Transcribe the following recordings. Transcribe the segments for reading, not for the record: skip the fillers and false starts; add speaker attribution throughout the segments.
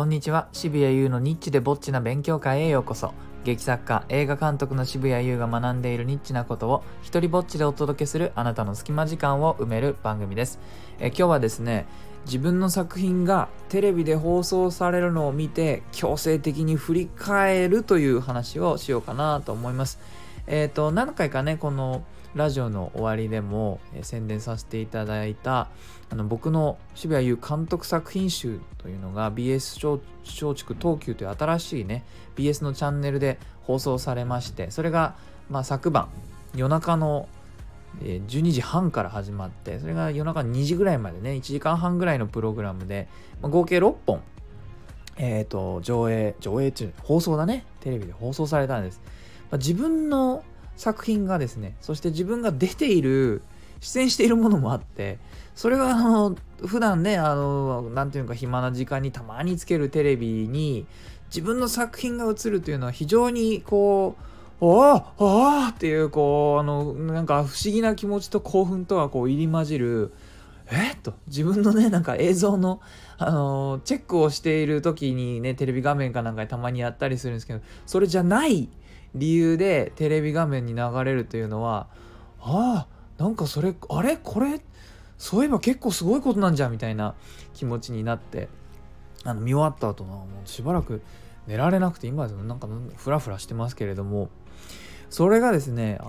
Speaker 1: んにちは。渋谷優のニッチでぼっちな勉強会へようこそ。劇作家、映画監督の渋谷優が学んでいるニッチなことを一人ぼっちでお届けするあなたの隙間時間を埋める番組です。今日はですね、自分の作品がテレビで放送されるのを見て強制的に振り返るという話をしようかなと思います。何回かね、このラジオの終わりでも、宣伝させていただいた僕の渋谷優監督作品集というのが BS 松竹東急という新しいね BS のチャンネルで放送されまして、それが、昨晩夜中の12時半から始まって、それが夜中2時ぐらいまでね1時間半ぐらいのプログラムで、合計6本上映中放送だね、テレビで放送されたんです。自分の作品がですね、そして自分が出ている出演しているものもあって、それが普段ねなんていうか暇な時間にたまにつけるテレビに自分の作品が映るというのは非常にっていうなんか不思議な気持ちと興奮とは入り混じると自分のねなんか映像のチェックをしている時にねテレビ画面かなんかでたまにやったりするんですけど、それじゃない理由でテレビ画面に流れるというのはなんかこれそういえば結構すごいことなんじゃみたいな気持ちになって、見終わった後もうしばらく寝られなくて今でもなんかフラフラしてますけれども、それがですね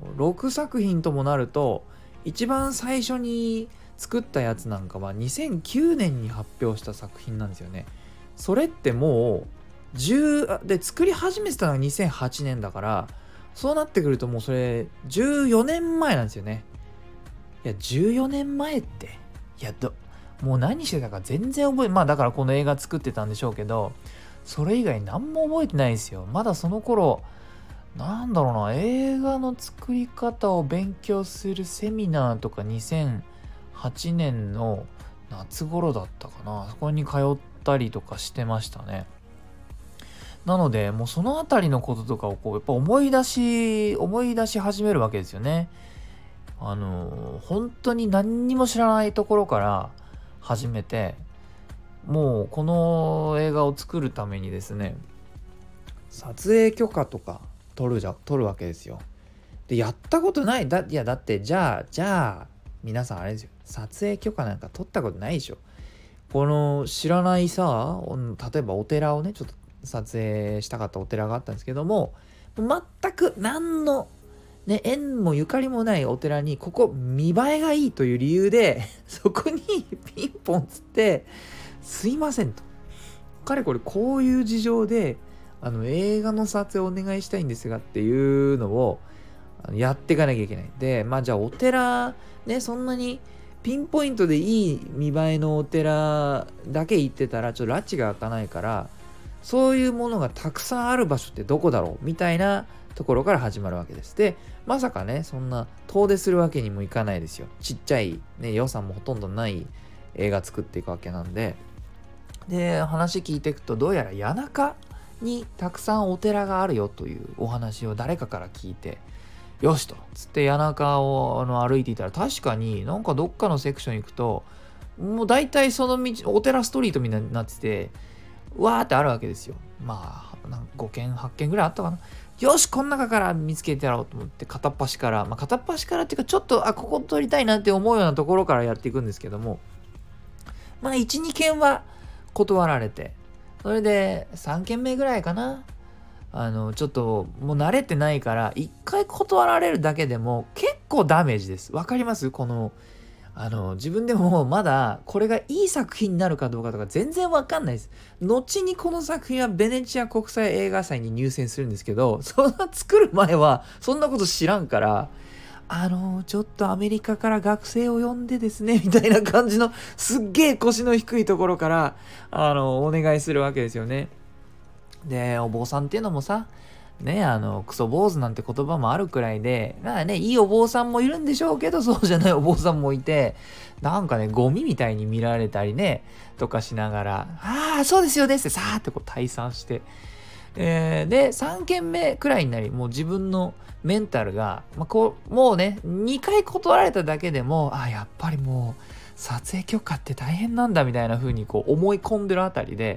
Speaker 1: 6作品ともなると一番最初に作ったやつなんかは2009年に発表した作品なんですよね。それってもうで作り始めてたのが2008年だから、そうなってくるともうそれ14年前なんですよね。いや14年前ってもう何してたか全然だからこの映画作ってたんでしょうけど、それ以外何も覚えてないですよ。まだその頃映画の作り方を勉強するセミナーとか2008年の夏頃だったかな、そこに通ったりとかしてましたね。なのでもうそのあたりのこととかをやっぱ思い出し始めるわけですよね。本当に何にも知らないところから始めて、もうこの映画を作るためにですね撮影許可とか取るわけですよ。でやったことないだってじゃあ皆さんあれですよ、撮影許可なんか取ったことないでしょ。この知らないさ、例えばお寺をねちょっと撮影したかったお寺があったんですけども、全く何の縁もゆかりもないお寺にここ見栄えがいいという理由でそこにピンポンつってすいませんと、かれこれこういう事情で映画の撮影お願いしたいんですがっていうのをやっていかなきゃいけない。でじゃあお寺ね、そんなにピンポイントでいい見栄えのお寺だけ行ってたらちょっと拉致が開かないから、そういうものがたくさんある場所ってどこだろうみたいなところから始まるわけです。でまさかねそんな遠出するわけにもいかないですよ。ちっちゃいね予算もほとんどない映画作っていくわけなんで、話聞いていくとどうやら谷中にたくさんお寺があるよというお話を誰かから聞いて、よしとつって谷中を歩いていたら、確かになんかどっかのセクション行くともう大体その道お寺ストリートみたいになっててわーってあるわけですよ。5軒8軒ぐらいあったかな。よしこの中から見つけてやろうと思って片っ端からっていうかちょっとここ撮りたいなって思うようなところからやっていくんですけども、1、2軒は断られて、それで3軒目ぐらいかな、ちょっともう慣れてないから1回断られるだけでも結構ダメージです。わかります？自分でもまだこれがいい作品になるかどうかとか全然わかんないです。後にこの作品はベネチア国際映画祭に入選するんですけど、そんな作る前はそんなこと知らんから、ちょっとアメリカから学生を呼んでですねみたいな感じのすっげえ腰の低いところからお願いするわけですよね。でお坊さんっていうのもさクソ坊主なんて言葉もあるくらいで、いいお坊さんもいるんでしょうけど、そうじゃないお坊さんもいて、ゴミみたいに見られたりねとかしながら、そうですよねってさーって退散して、で3軒目くらいになり、もう自分のメンタルが、もうね2回断られただけでもやっぱりもう撮影許可って大変なんだみたいな風に思い込んでるあたりで、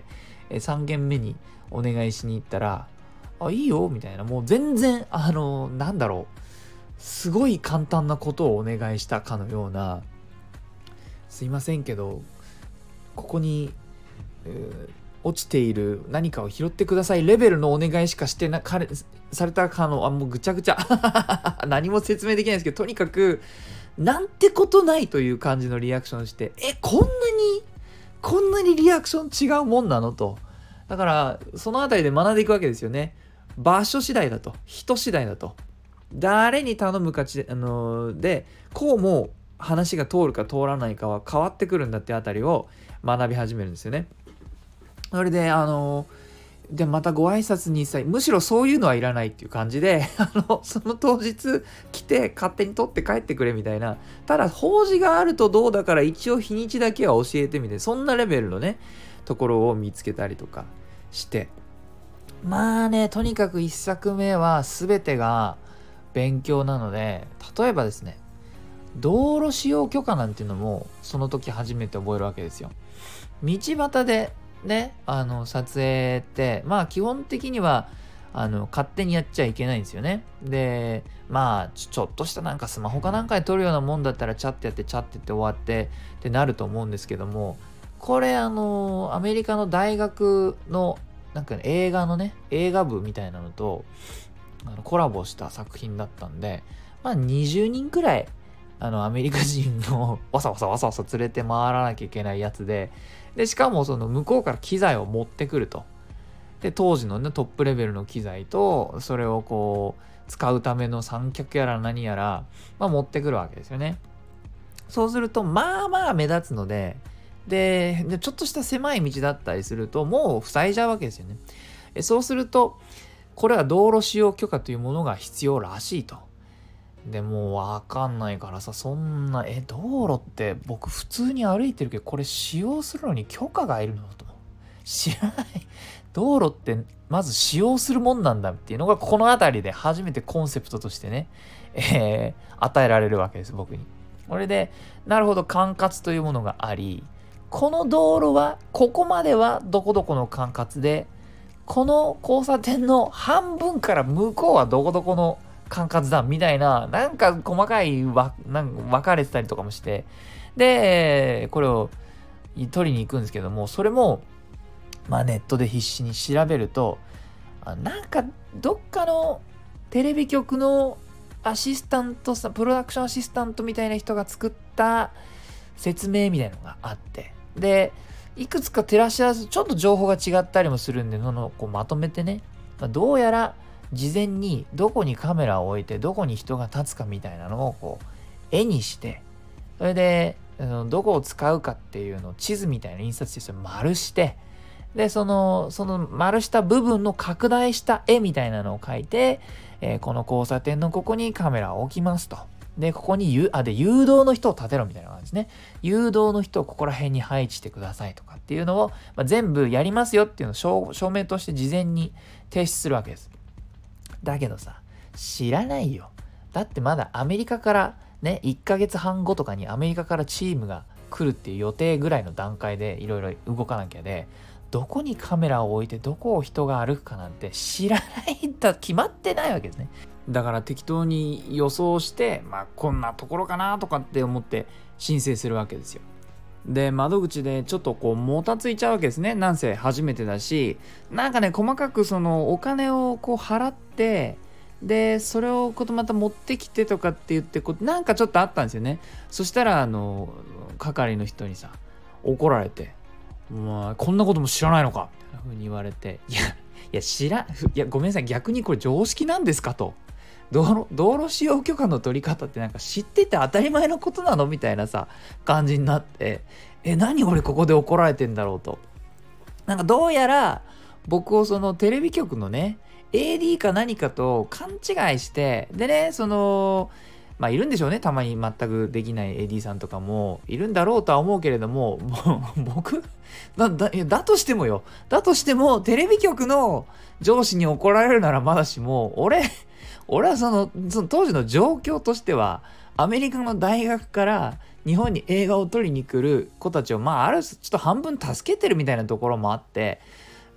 Speaker 1: 3軒目にお願いしに行ったら、あ、いいよみたいな、もう全然なんだろう、すごい簡単なことをお願いしたかのような、すいませんけどここに、落ちている何かを拾ってくださいレベルのお願いしかされたかの、もうぐちゃぐちゃ何も説明できないですけど、とにかくなんてことないという感じのリアクションして、こんなにリアクション違うもんなのと。だからそのあたりで学んでいくわけですよね。場所次第だと、人次第だと、誰に頼むかでこうも話が通るか通らないかは変わってくるんだってあたりを学び始めるんですよね。それででまたご挨拶にむしろそういうのはいらないっていう感じでその当日来て勝手に取って帰ってくれみたいな、ただ法事があるとどうだから一応日にちだけは教えてみて、そんなレベルのねところを見つけたりとかして、まあね、とにかく一作目は全てが勉強なので、例えばですね、道路使用許可なんていうのもその時初めて覚えるわけですよ。道端でね、撮影ってまあ基本的には勝手にやっちゃいけないんですよね。でまあちょっとしたなんかスマホかなんかで撮るようなもんだったらチャッてやって終わってってなると思うんですけども、これアメリカの大学のなんか、映画部みたいなのとコラボした作品だったんで、まあ20人くらいアメリカ人のわさわさ連れて回らなきゃいけないやつで、しかもその向こうから機材を持ってくると。で当時のねトップレベルの機材と、それをこう使うための三脚やら何やら、持ってくるわけですよね。そうするとまあ目立つので、でちょっとした狭い道だったりするともう塞いじゃうわけですよね。そうするとこれは道路使用許可というものが必要らしいと。でもうわかんないからさ、そんな道路って僕普通に歩いてるけどこれ使用するのに許可がいるのと知らない。道路ってまず使用するもんなんだっていうのがこの辺りで初めてコンセプトとしてね、与えられるわけです僕に。これでなるほど、管轄というものがあり、この道路はここまではどこどこの管轄で、この交差点の半分から向こうはどこどこの管轄だみたいな、なんか細かいなんか分かれてたりとかもして、でこれを取りに行くんですけども、それもネットで必死に調べると、なんかどっかのテレビ局のアシスタントさ、プロダクションアシスタントみたいな人が作った説明みたいなのがあって、でいくつか照らし合わせちょっと情報が違ったりもするんで、こうまとめてね、どうやら事前にどこにカメラを置いてどこに人が立つかみたいなのをこう絵にして、それでどこを使うかっていうのを地図みたいな印刷してそれ丸して、でその丸した部分の拡大した絵みたいなのを描いて、この交差点のここにカメラを置きますと。でここに誘導の人を立てろみたいな感じですね。誘導の人をここら辺に配置してくださいとかっていうのを、全部やりますよっていうのを証明として事前に提出するわけです。だけどさ、知らないよ。だってまだアメリカからね、1ヶ月半後とかにアメリカからチームが来るっていう予定ぐらいの段階でいろいろ動かなきゃで、どこにカメラを置いてどこを人が歩くかなんて知らないんだ、決まってないわけですね。だから適当に予想して、こんなところかなとかって思って申請するわけですよ。で窓口でちょっとこうもたついちゃうわけですね。なんせ初めてだし、なんかね細かくそのお金をこう払って、でそれをまた持ってきてとかって言ってなんかちょっとあったんですよね。そしたら係の人にさ怒られて、こんなことも知らないのかみたいな風に言われて、いやごめんなさい、逆にこれ常識なんですかと。道路使用許可の取り方ってなんか知ってて当たり前のことなのみたいなさ感じになって、何俺ここで怒られてんだろうと。なんかどうやら僕をそのテレビ局のね AD か何かと勘違いして、でねいるんでしょうね、たまに全くできない AD さんとかもいるんだろうとは思うけれども、もう僕だとしてもテレビ局の上司に怒られるならまだしも、俺はその当時の状況としてはアメリカの大学から日本に映画を撮りに来る子たちをある種ちょっと半分助けてるみたいなところもあって、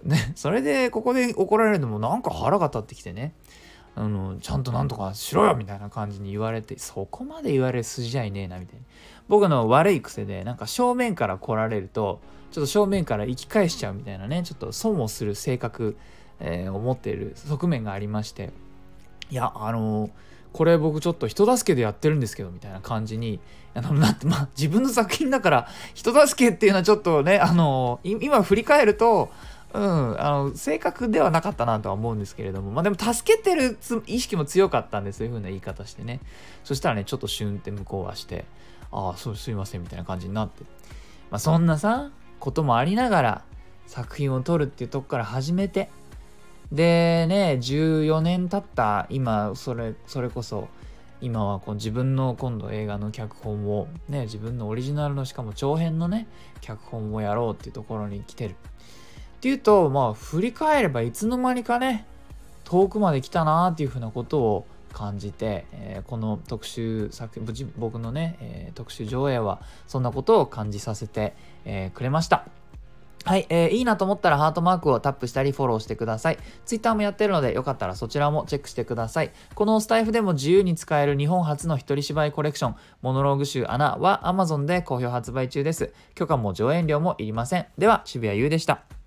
Speaker 1: ね、それでここで怒られるのもなんか腹が立ってきてね、ちゃんとなんとかしろよみたいな感じに言われて、そこまで言われる筋じゃいねえなみたいな。僕の悪い癖で、なんか正面から来られるとちょっと正面から生き返しちゃうみたいなね、ちょっと損をする性格、を持っている側面がありまして、いやこれ僕ちょっと人助けでやってるんですけどみたいな感じに、自分の作品だから人助けっていうのはちょっとね、今振り返ると正確ではなかったなとは思うんですけれども、でも助けてる意識も強かったんで、そういう風な言い方してね、そしたらねちょっとシュンって向こうはして、そうすいませんみたいな感じになって、そんなさこともありながら作品を撮るっていうとこから始めて、でね14年経った今、それこそ今はこう自分の今度映画の脚本をね、自分のオリジナルのしかも長編のね脚本をやろうっていうところに来てるっていうと、振り返ればいつの間にかね遠くまで来たなっていうふうなことを感じて、この特集作品、僕のね、特集上映はそんなことを感じさせて、くれました。はい、いいなと思ったらハートマークをタップしたりフォローしてください。ツイッターもやってるのでよかったらそちらもチェックしてください。このスタイフでも自由に使える日本初の一人芝居コレクションモノローグ集アナは Amazon で好評発売中です。許可も上演料もいりません。では渋谷優でした。